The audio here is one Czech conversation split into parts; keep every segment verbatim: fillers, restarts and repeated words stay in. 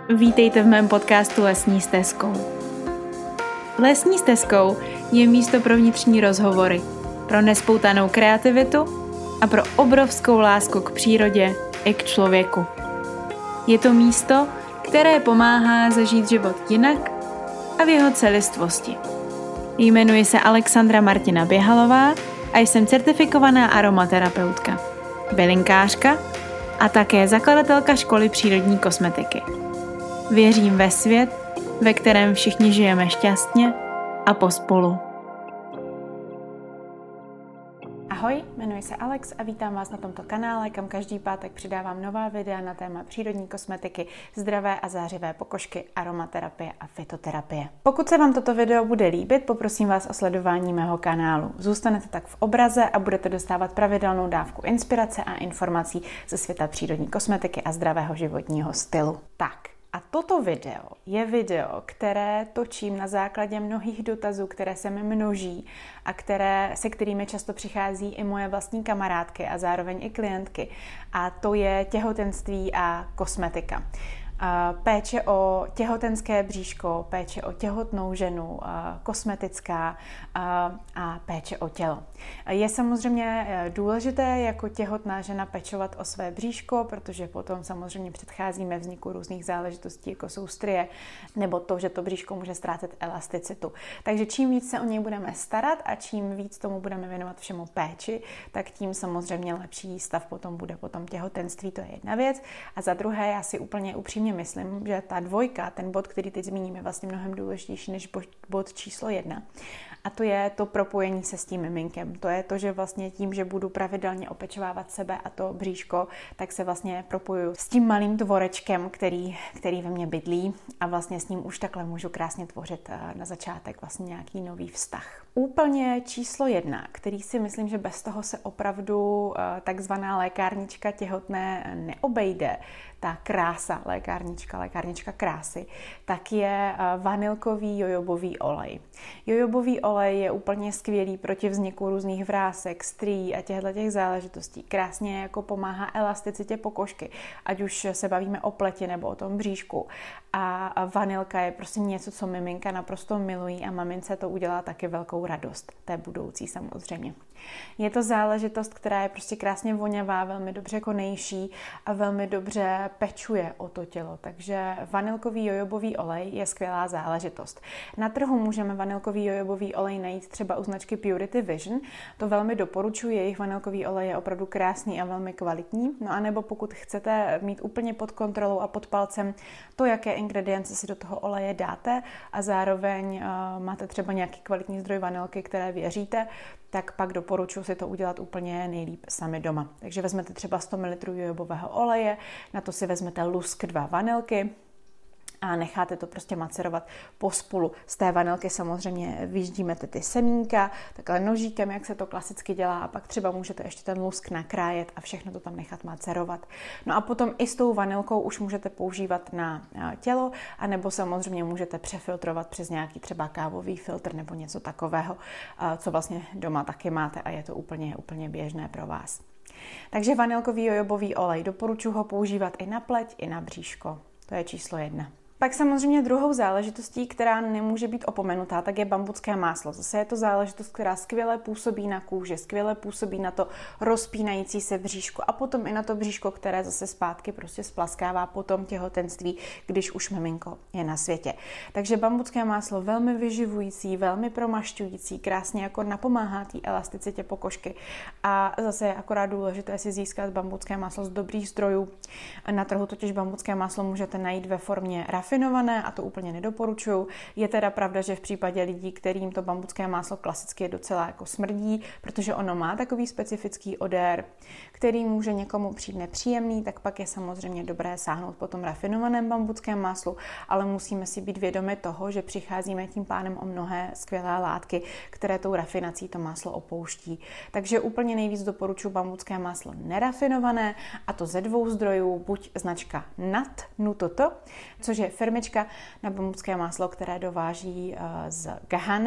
Vítejte v mém podcastu Lesní stezkou. Lesní stezkou je místo pro vnitřní rozhovory, pro nespoutanou kreativitu a pro obrovskou lásku k přírodě i k člověku. Je to místo, které pomáhá zažít život jinak a v jeho celistvosti. Jmenuji se Alexandra Martina Běhalová a jsem certifikovaná aromaterapeutka, bylinkářka a také zakladatelka školy přírodní kosmetiky. Věřím ve svět, ve kterém všichni žijeme šťastně a pospolu. Ahoj, jmenuji se Alex a vítám vás na tomto kanále, kam každý pátek přidávám nová videa na téma přírodní kosmetiky, zdravé a zářivé pokožky, aromaterapie a fytoterapie. Pokud se vám toto video bude líbit, poprosím vás o sledování mého kanálu. Zůstanete tak v obraze a budete dostávat pravidelnou dávku inspirace a informací ze světa přírodní kosmetiky a zdravého životního stylu. Tak. A toto video je video, které točím na základě mnohých dotazů, které se mi množí a které, se kterými často přichází i moje vlastní kamarádky a zároveň i klientky. A to je těhotenství a kosmetika. Péče o těhotenské bříško, péče o těhotnou ženu, kosmetická a péče o tělo. Je samozřejmě důležité jako těhotná žena pečovat o své bříško, protože potom samozřejmě předcházíme vzniku různých záležitostí, jako jsou strie, nebo to, že to bříško může ztrácet elasticitu. Takže čím víc se o něj budeme starat a čím víc tomu budeme věnovat všemu péči, tak tím samozřejmě lepší stav potom bude potom těhotenství, to je jedna věc. A za druhé, já si úplně upřímně myslím, že ta dvojka, ten bod, který teď zmíním, je vlastně mnohem důležitější než bod číslo jedna. A to je to propojení se s tím miminkem. To je to, že vlastně tím, že budu pravidelně opečovávat sebe a to bříško, tak se vlastně propojuju s tím malým tvorečkem, který, který ve mně bydlí a vlastně s ním už takhle můžu krásně tvořit na začátek vlastně nějaký nový vztah. Úplně číslo jedna, který si myslím, že bez toho se opravdu takzvaná lékárnička těhotné neobejde, ta krása, lékárnička, lékárnička krásy, tak je vanilkový jojobový olej. Jojobový olej je úplně skvělý proti vzniku různých vrásek, strý a těchto těch záležitostí. Krásně jako pomáhá elasticitě pokožky, ať už se bavíme o pleti nebo o tom bříšku. A vanilka je prostě něco, co miminka naprosto milují a mamince to udělá taky velkou radost, té budoucí samozřejmě. Je to záležitost, která je prostě krásně voňavá, velmi dobře konejší a velmi dobře pečuje o to tělo. Takže vanilkový jojobový olej je skvělá záležitost. Na trhu můžeme vanilkový jojobový olej najít třeba u značky Purity Vision. To velmi doporučuji, jejich vanilkový olej je opravdu krásný a velmi kvalitní. No a nebo pokud chcete mít úplně pod kontrolou a pod palcem to, jaké ingredience si do toho oleje dáte a zároveň uh, máte třeba nějaký kvalitní zdroj vanilky, které věříte, tak pak doporučuji si to udělat úplně nejlíp sami doma. Takže vezmete třeba sto mililitrů jojobového oleje, na to si vezmete lusk dva vanilky a necháte to prostě macerovat pospolu. Z té vanilky samozřejmě vyždíme ty semínka, takhle nožíkem, jak se to klasicky dělá, a pak třeba můžete ještě ten lusk nakrájet a všechno to tam nechat macerovat. No a potom i s tou vanilkou už můžete používat na tělo, anebo samozřejmě můžete přefiltrovat přes nějaký třeba kávový filtr nebo něco takového, co vlastně doma taky máte a je to úplně, úplně běžné pro vás. Takže vanilkový jojobový olej, doporučuji ho používat i na pleť, i na bříško. To je číslo jedna. Pak samozřejmě druhou záležitostí, která nemůže být opomenutá, tak je bambucké máslo. Zase je to záležitost, která skvěle působí na kůži, skvěle působí na to rozpínající se bříško a potom i na to bříško, které zase zpátky prostě splaskává po tom těhotenství, když už miminko je na světě. Takže bambucké máslo velmi vyživující, velmi promašťující, krásně jako napomáhá té elasticitě pokožky. A zase je akorát důležité si získat bambucké máslo z dobrých zdrojů. Na trhu totiž bambucké máslo můžete najít ve formě rafinované a to úplně nedoporučuju. Je teda pravda, že v případě lidí, kterým to bambucké máslo klasicky docela jako smrdí, protože ono má takový specifický odér, který může někomu přijít nepříjemný, tak pak je samozřejmě dobré sáhnout po tom rafinovaném bambuckém máslu, ale musíme si být vědomi toho, že přicházíme tím pádem o mnohé skvělé látky, které tou rafinací to máslo opouští. Takže úplně nejvíc doporučuji bambucké máslo nerafinované, a to ze dvou zdrojů, buď značka Nat, Nutoto, což je firmička na bambucké máslo, které dováží z Ghany,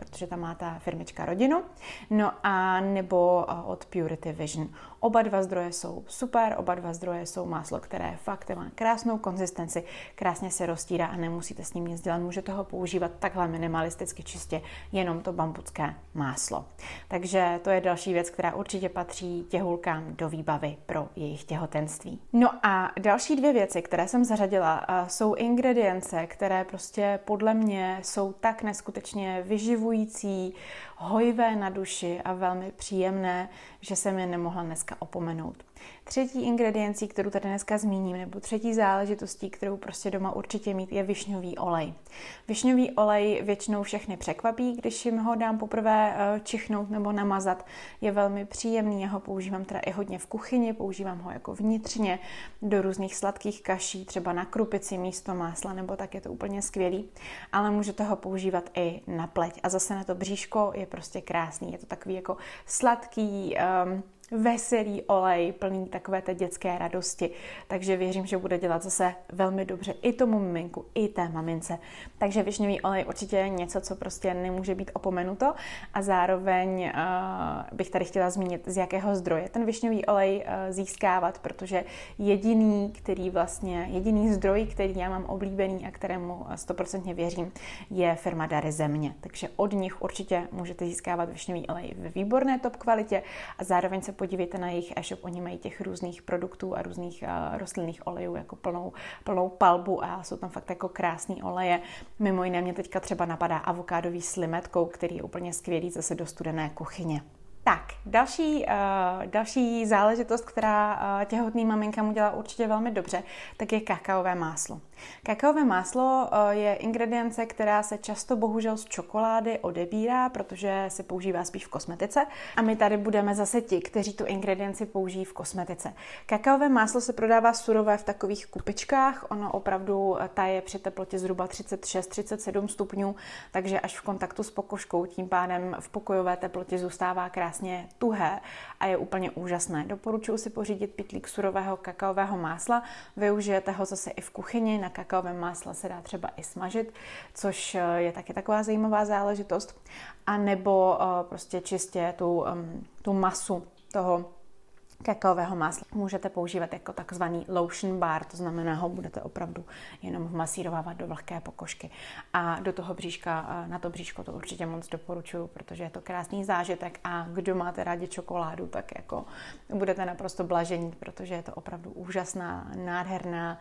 protože tam má ta firmička rodinu, no a nebo od Purity Vision. Oba dva zdroje jsou super, oba dva zdroje jsou máslo, které fakt má krásnou konzistenci, krásně se roztírá a nemusíte s ním nic dělat, můžete ho používat takhle minimalisticky čistě, jenom to bambucké máslo. Takže to je další věc, která určitě patří těhulkám do výbavy pro jejich těhotenství. No a další dvě věci, které jsem zařadila, jsou ingredience, které prostě podle mě jsou tak neskutečně vyživující, hojvé na duši a velmi příjemné, že jsem je nemohla dneska opomenout. Třetí ingrediencí, kterou tady dneska zmíním, nebo třetí záležitostí, kterou prostě doma určitě mít, je višňový olej. Višňový olej většinou všechny překvapí, když jim ho dám poprvé čichnout nebo namazat. Je velmi příjemný, já ho používám teda i hodně v kuchyni, používám ho jako vnitřně do různých sladkých kaší, třeba na krupici místo másla, nebo tak je to úplně skvělý. Ale můžete ho používat i na pleť. A zase na to bříško je prostě krásný. Je to takový jako sladký, um, veselý olej, plný takové té dětské radosti. Takže věřím, že bude dělat zase velmi dobře i tomu miminku, i té mamince. Takže višňový olej určitě je něco, co prostě nemůže být opomenuto a zároveň uh, bych tady chtěla zmínit, z jakého zdroje ten višňový olej uh, získávat, protože jediný, který vlastně, jediný zdroj, který já mám oblíbený a kterému stoprocentně věřím, je firma Dary Země. Takže od nich určitě můžete získávat višňový olej ve výborné top kvalitě a zároveň se podívejte na jejich e-shop, oni mají těch různých produktů a různých uh, rostlinných olejů jako plnou, plnou palbu a jsou tam fakt jako krásný oleje. Mimo jiné mě teďka třeba napadá avokádový s limetkou, který je úplně skvělý zase do studené kuchyně. Tak, další, uh, další záležitost, která uh, těhotným maminkám udělá určitě velmi dobře, tak je kakaové máslo. Kakaové máslo uh, je ingredience, která se často bohužel z čokolády odebírá, protože se používá spíš v kosmetice a my tady budeme zase ti, kteří tu ingredienci použijí v kosmetice. Kakaové máslo se prodává surové v takových kupičkách, ono opravdu ta je při teplotě zhruba třicet šest třicet sedm stupňů, takže až v kontaktu s pokožkou, tím pádem v pokojové teplotě zůstává krásně Krásně tuhé a je úplně úžasné. Doporučuji si pořídit pytlík surového kakaového másla. Využijete ho zase i v kuchyni. Na kakaovém másle se dá třeba i smažit, což je taky taková zajímavá záležitost. A nebo prostě čistě tu, tu masu toho kakaového másla můžete používat jako takzvaný lotion bar, to znamená, ho budete opravdu jenom vmasírovávat do vlhké pokožky. A do toho bříška, na to bříško to určitě moc doporučuji, protože je to krásný zážitek a kdo máte rádi čokoládu, tak jako budete naprosto blažení, protože je to opravdu úžasná, nádherná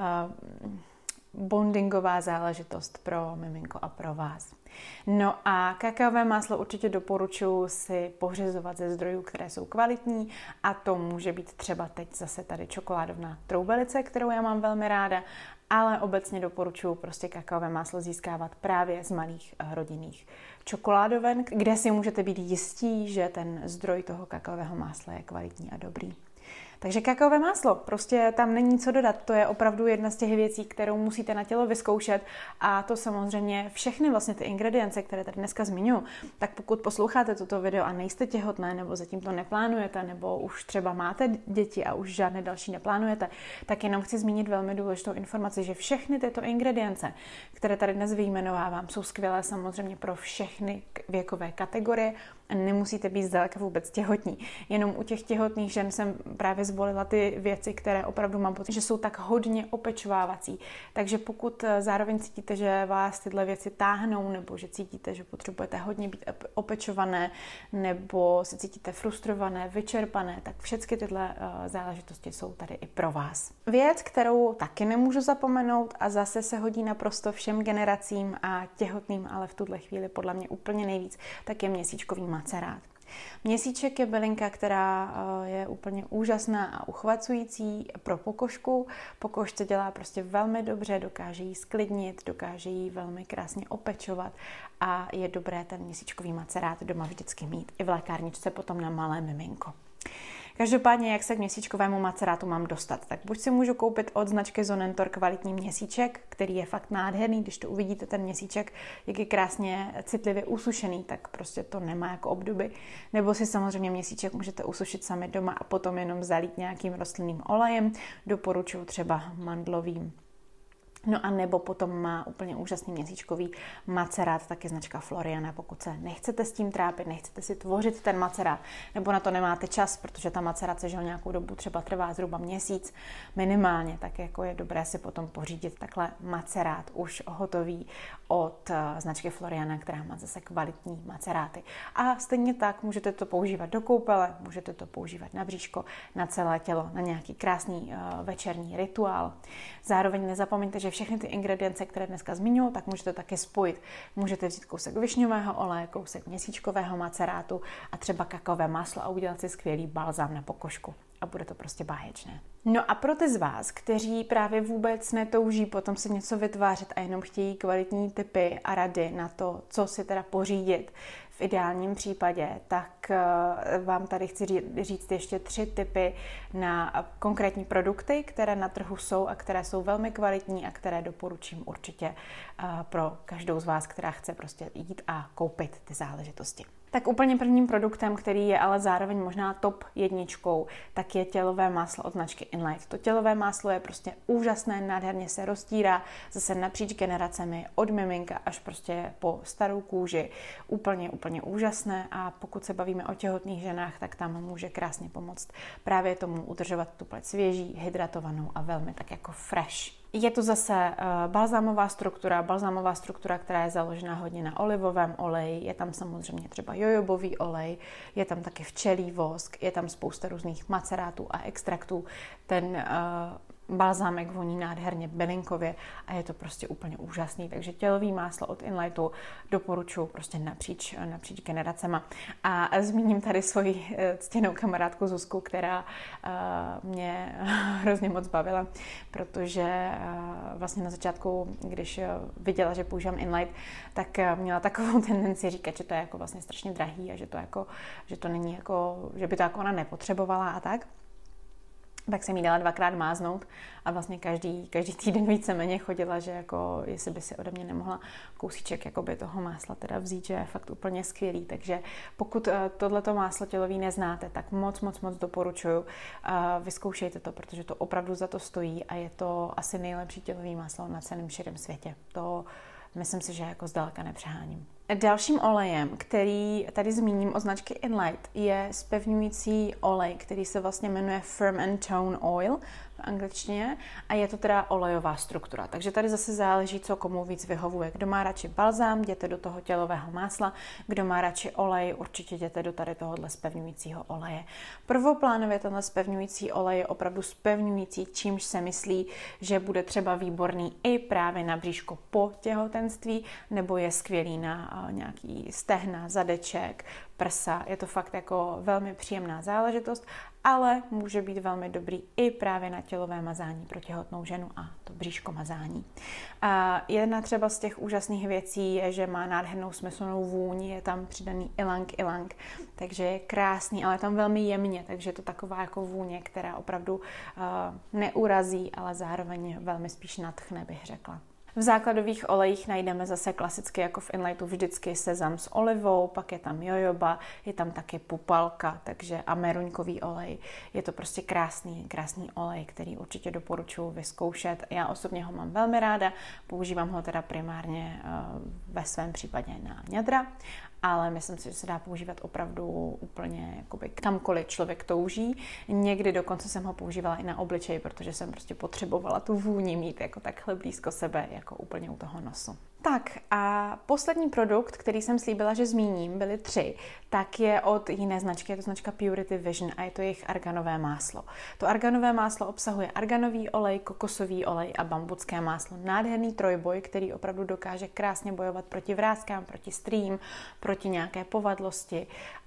uh, bondingová záležitost pro miminko a pro vás. No a kakaové máslo určitě doporučuji si pořizovat ze zdrojů, které jsou kvalitní a to může být třeba teď zase tady čokoládovná troubelice, kterou já mám velmi ráda, ale obecně doporučuji prostě kakaové máslo získávat právě z malých rodinných čokoládoven, kde si můžete být jistí, že ten zdroj toho kakaového másla je kvalitní a dobrý. Takže kakaové máslo, prostě tam není co dodat, to je opravdu jedna z těch věcí, kterou musíte na tělo vyzkoušet a to samozřejmě všechny vlastně ty ingredience, které tady dneska zmiňuji, tak pokud posloucháte toto video a nejste těhotné nebo zatím to neplánujete nebo už třeba máte děti a už žádné další neplánujete, tak jenom chci zmínit velmi důležitou informaci, že všechny tyto ingredience, které tady dnes vyjmenovávám, jsou skvělé samozřejmě pro všechny věkové kategorie a nemusíte být zdaleka vůbec těhotní. Jenom u těch těhotných žen jsem právě zvolila ty věci, které opravdu mám pocit, že jsou tak hodně opečovávací. Takže pokud zároveň cítíte, že vás tyhle věci táhnou, nebo že cítíte, že potřebujete hodně být opečované, nebo se cítíte frustrované, vyčerpané, tak všechny tyhle záležitosti jsou tady i pro vás. Věc, kterou taky nemůžu zapomenout a zase se hodí naprosto všem generacím a těhotným, ale v tuhle chvíli podle mě úplně nejvíc, tak je měsíčkový macerát. Měsíček je bylinka, která je úplně úžasná a uchvacující pro pokožku. Pokožce dělá prostě velmi dobře, dokáže jí sklidnit, dokáže jí velmi krásně opečovat a je dobré ten měsíčkový macerát doma vždycky mít. I v lékárničce potom na malé miminko. Každopádně, jak se k měsíčkovému macerátu mám dostat? Tak buď si můžu koupit od značky Zonentor kvalitní měsíček, který je fakt nádherný, když to uvidíte, ten měsíček, jak je krásně citlivě usušený, tak prostě to nemá jako obdoby. Nebo si samozřejmě měsíček můžete usušit sami doma a potom jenom zalít nějakým rostlinným olejem. Doporučuji třeba mandlovým No a nebo potom má úplně úžasný měsíčkový macerát, taky značka Floriana. Pokud se nechcete s tím trápit, nechcete si tvořit ten macerát, nebo na to nemáte čas, protože ta macerace, že nějakou dobu třeba trvá zhruba měsíc minimálně, tak jako je dobré si potom pořídit takhle macerát už hotový od značky Floriana, která má zase kvalitní maceráty. A stejně tak můžete to používat do koupele, můžete to používat na bříško, na celé tělo, na nějaký krásný uh, večerní rituál. Zároveň nezapomeňte, že všechny ty ingredience, které dneska zmiňuji, tak můžete taky spojit. Můžete vzít kousek višňového oleje, kousek měsíčkového macerátu a třeba kakaové máslo a udělat si skvělý balzám na pokožku. A bude to prostě báječné. No a pro ty z vás, kteří právě vůbec netouží potom si něco vytvářet a jenom chtějí kvalitní tipy a rady na to, co si teda pořídit v ideálním případě, tak vám tady chci říct ještě tři tipy na konkrétní produkty, které na trhu jsou a které jsou velmi kvalitní a které doporučím určitě pro každou z vás, která chce prostě jít a koupit ty záležitosti. Tak úplně prvním produktem, který je ale zároveň možná top jedničkou, tak je tělové máslo od značky Inlight. To tělové máslo je prostě úžasné, nádherně se roztírá, zase napříč generacemi, od miminka až prostě po starou kůži. Úplně, úplně úžasné a pokud se bavíme o těhotných ženách, tak tam může krásně pomoct právě tomu udržovat tu pleť svěží, hydratovanou a velmi tak jako fresh. Je to zase uh, balzámová struktura, balzámová struktura, která je založena hodně na olivovém oleji, je tam samozřejmě třeba jojobový olej, je tam taky včelí vosk, je tam spousta různých macerátů a extraktů. Ten uh, balzámek voní nádherně bylinkově a je to prostě úplně úžasný. Takže tělový máslo od Inlightu doporučuji prostě napříč, napříč generacema. A zmíním tady svoji ctěnou kamarádku Zuzku, která uh, mě hrozně moc bavila, protože uh, vlastně na začátku, když viděla, že používám Inlight, tak měla takovou tendenci říkat, že to je jako vlastně strašně drahý a že to, jako, že to není jako, že by to jako ona nepotřebovala a tak. Tak jsem jí dala dvakrát máznout a vlastně každý, každý týden víceméně chodila, že jako jestli by si ode mě nemohla kousíček jakoby toho másla teda vzít, že je fakt úplně skvělý. Takže pokud tohleto máslo tělový neznáte, tak moc, moc, moc doporučuju. Vyzkoušejte to, protože to opravdu za to stojí a je to asi nejlepší tělový máslo na celém širém světě. To myslím si, že jako zdaleka nepřeháním. Dalším olejem, který tady zmíním od značky Inlight, je zpevňující olej, který se vlastně jmenuje Firm and Tone Oil v angličtině a je to teda olejová struktura. Takže tady zase záleží, co komu víc vyhovuje. Kdo má radši balzám, jděte do toho tělového másla, kdo má radši olej, určitě jděte do tady tohohle zpevňujícího oleje. Prvoplánově tenhle zpevňující olej je opravdu zpevňující, čímž se myslí, že bude třeba výborný i právě na bříško po těhotenství, nebo je skvělý na nějaký stehna, zadeček, prsa. Je to fakt jako velmi příjemná záležitost, ale může být velmi dobrý i právě na tělové mazání pro těhotnou ženu a to bříško mazání. A jedna třeba z těch úžasných věcí je, že má nádhernou smyslnou vůni, je tam přidaný ilang ilang, takže je krásný, ale je tam velmi jemně, takže je to taková jako vůně, která opravdu uh, neurazí, ale zároveň velmi spíš nadchne, bych řekla. V základových olejích najdeme zase klasicky jako v Inlightu vždycky sezam s olivou, pak je tam jojoba, je tam taky pupalka, takže a meruňkový olej. Je to prostě krásný, krásný olej, který určitě doporučuji vyzkoušet. Já osobně ho mám velmi ráda, používám ho teda primárně ve svém případě na ňadra, ale myslím si, že se dá používat opravdu úplně jakoby kamkoliv člověk touží. Někdy dokonce jsem ho používala i na obličej, protože jsem prostě potřebovala tu vůni mít jako takhle blízko sebe, jako úplně u toho nosu. Tak a poslední produkt, který jsem slíbila, že zmíním, byly tři, tak je od jiné značky, je to značka Purity Vision a je to jejich arganové máslo. To arganové máslo obsahuje arganový olej, kokosový olej a bambucké máslo. Nádherný trojboj, který opravdu dokáže krásně bojovat proti vráskám, proti strým, proti nějaké povadlosti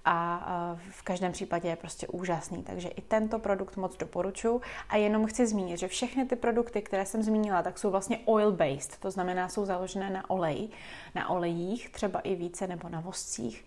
a v každém případě je prostě úžasný. Takže i tento produkt moc doporučuji a jenom chci zmínit, že všechny ty produkty, které jsem zmínila, tak jsou vlastně oil-based, to znamená, jsou založené na oleji, na olejích, třeba i více nebo na voscích.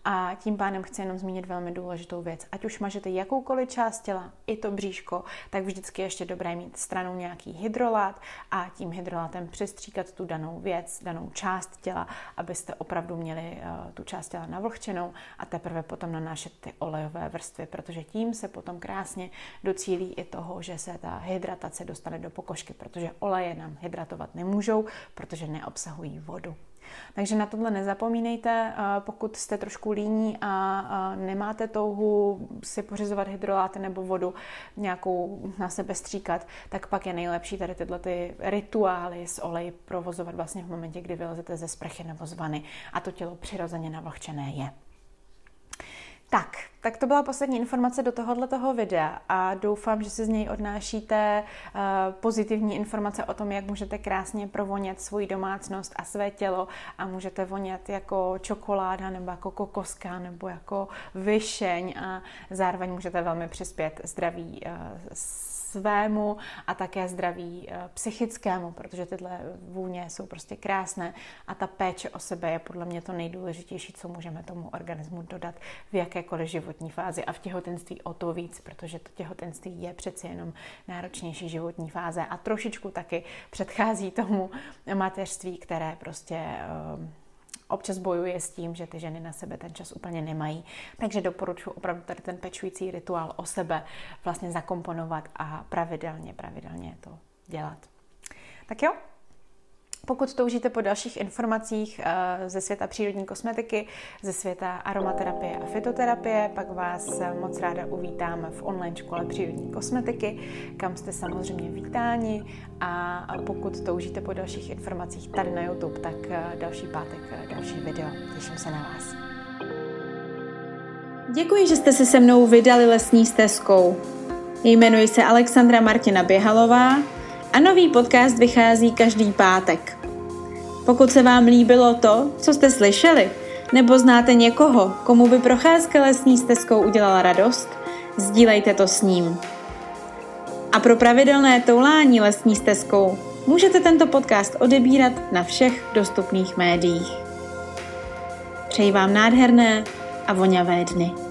A tím pádem chci jenom zmínit velmi důležitou věc. Ať už mažete jakoukoliv část těla, i to bříško, tak vždycky ještě dobré mít stranou nějaký hydrolát a tím hydrolátem přestříkat tu danou věc, danou část těla, abyste opravdu měli uh, tu část těla navlhčenou a teprve potom nanášet ty olejové vrstvy, protože tím se potom krásně docílí i toho, že se ta hydratace dostane do pokožky, protože oleje nám hydratovat nemůžou, protože neobsahují vodu. Takže na tohle nezapomínejte, pokud jste trošku líní a nemáte touhu si pořizovat hydroláty nebo vodu nějakou na sebe stříkat, tak pak je nejlepší tady tyhle ty rituály s oleji provozovat vlastně v momentě, kdy vylezete ze sprchy nebo z vany a to tělo přirozeně navlhčené je. Tak, tak to byla poslední informace do tohoto videa a doufám, že si z něj odnášíte uh, pozitivní informace o tom, jak můžete krásně provonět svoji domácnost a své tělo a můžete vonět jako čokoláda nebo jako kokoska nebo jako vyšeň a zároveň můžete velmi přispět zdraví uh, svému a také zdraví uh, psychickému, protože tyhle vůně jsou prostě krásné a ta péče o sebe je podle mě to nejdůležitější, co můžeme tomu organismu dodat v jakékoliv životní fázi a v těhotenství o to víc, protože to těhotenství je přeci jenom náročnější životní fáze a trošičku taky předchází tomu mateřství, které prostě uh, občas bojuje s tím, že ty ženy na sebe ten čas úplně nemají. Takže doporučuji opravdu tady ten pečující rituál o sebe vlastně zakomponovat a pravidelně, pravidelně to dělat. Tak jo, pokud toužíte po dalších informacích ze světa přírodní kosmetiky, ze světa aromaterapie a fytoterapie, pak vás moc ráda uvítám v online škole přírodní kosmetiky, kam jste samozřejmě vítáni a pokud toužíte po dalších informacích tady na YouTube, tak další pátek, další video. Těším se na vás. Děkuji, že jste se se mnou vydali lesní stezkou. Jmenuji se Alexandra Martina Běhalová a nový podcast vychází každý pátek. Pokud se vám líbilo to, co jste slyšeli, nebo znáte někoho, komu by procházka lesní stezkou udělala radost, sdílejte to s ním. A pro pravidelné toulání lesní stezkou můžete tento podcast odebírat na všech dostupných médiích. Přeji vám nádherné a voňavé dny.